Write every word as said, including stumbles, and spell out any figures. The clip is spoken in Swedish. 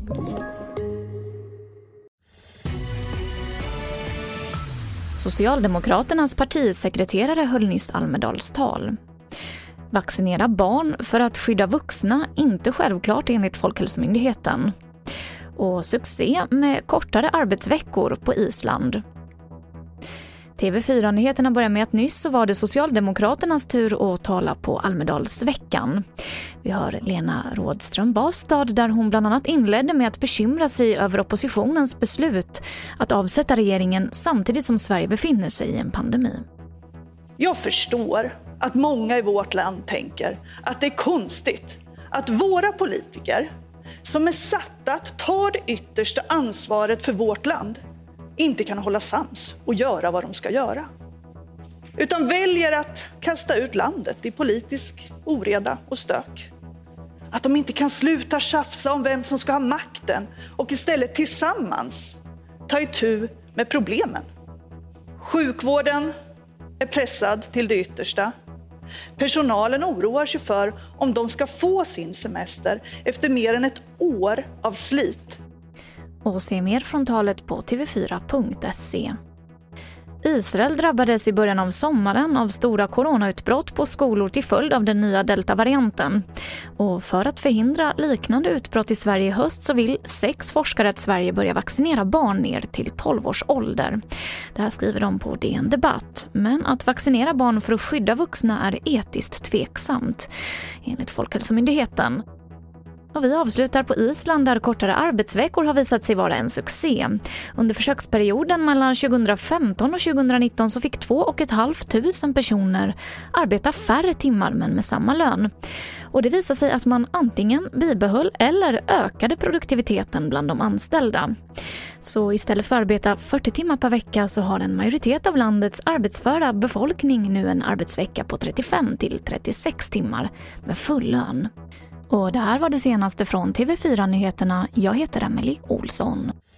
Socialdemokraternas partisekreterare höll nyss Almedalstal. Vaccinera barn för att skydda vuxna, inte självklart enligt Folkhälsomyndigheten. Och succé med kortare arbetsveckor på Island. T V fyra-nyheterna börjar med att nyss så var det Socialdemokraternas tur att tala på Almedalsveckan. Vi hör Lena Rådström Bastad där hon bland annat inledde med att bekymra sig över oppositionens beslut att avsätta regeringen samtidigt som Sverige befinner sig i en pandemi. Jag förstår att många i vårt land tänker att det är konstigt att våra politiker som är satta att ta det yttersta ansvaret för vårt land inte kan hålla sams och göra vad de ska göra. Utan väljer att kasta ut landet i politisk oreda och stök. Att de inte kan sluta tjafsa om vem som ska ha makten och istället tillsammans ta itu med problemen. Sjukvården är pressad till det yttersta. Personalen oroar sig för om de ska få sin semester efter mer än ett år av slit. Och se mer från talet på t v fyra punkt se. Israel drabbades i början av sommaren av stora coronautbrott på skolor till följd av den nya delta-varianten. Och för att förhindra liknande utbrott i Sverige i höst så vill sex forskare att Sverige börjar vaccinera barn ner till tolv års ålder. Det här skriver de på D N Debatt. Men att vaccinera barn för att skydda vuxna är etiskt tveksamt, enligt Folkhälsomyndigheten. Och vi avslutar på Island där kortare arbetsveckor har visat sig vara en succé. Under försöksperioden mellan tjugohundrafemton och tjugohundranitton så fick två och ett halvt tusen personer arbeta färre timmar men med samma lön. Och det visar sig att man antingen bibehöll eller ökade produktiviteten bland de anställda. Så istället för att arbeta fyrtio timmar per vecka så har en majoritet av landets arbetsföra befolkning nu en arbetsvecka på trettiofem till trettiosex timmar med full lön. Och det här var det senaste från T V fyra-nyheterna. Jag heter Emily Olsson.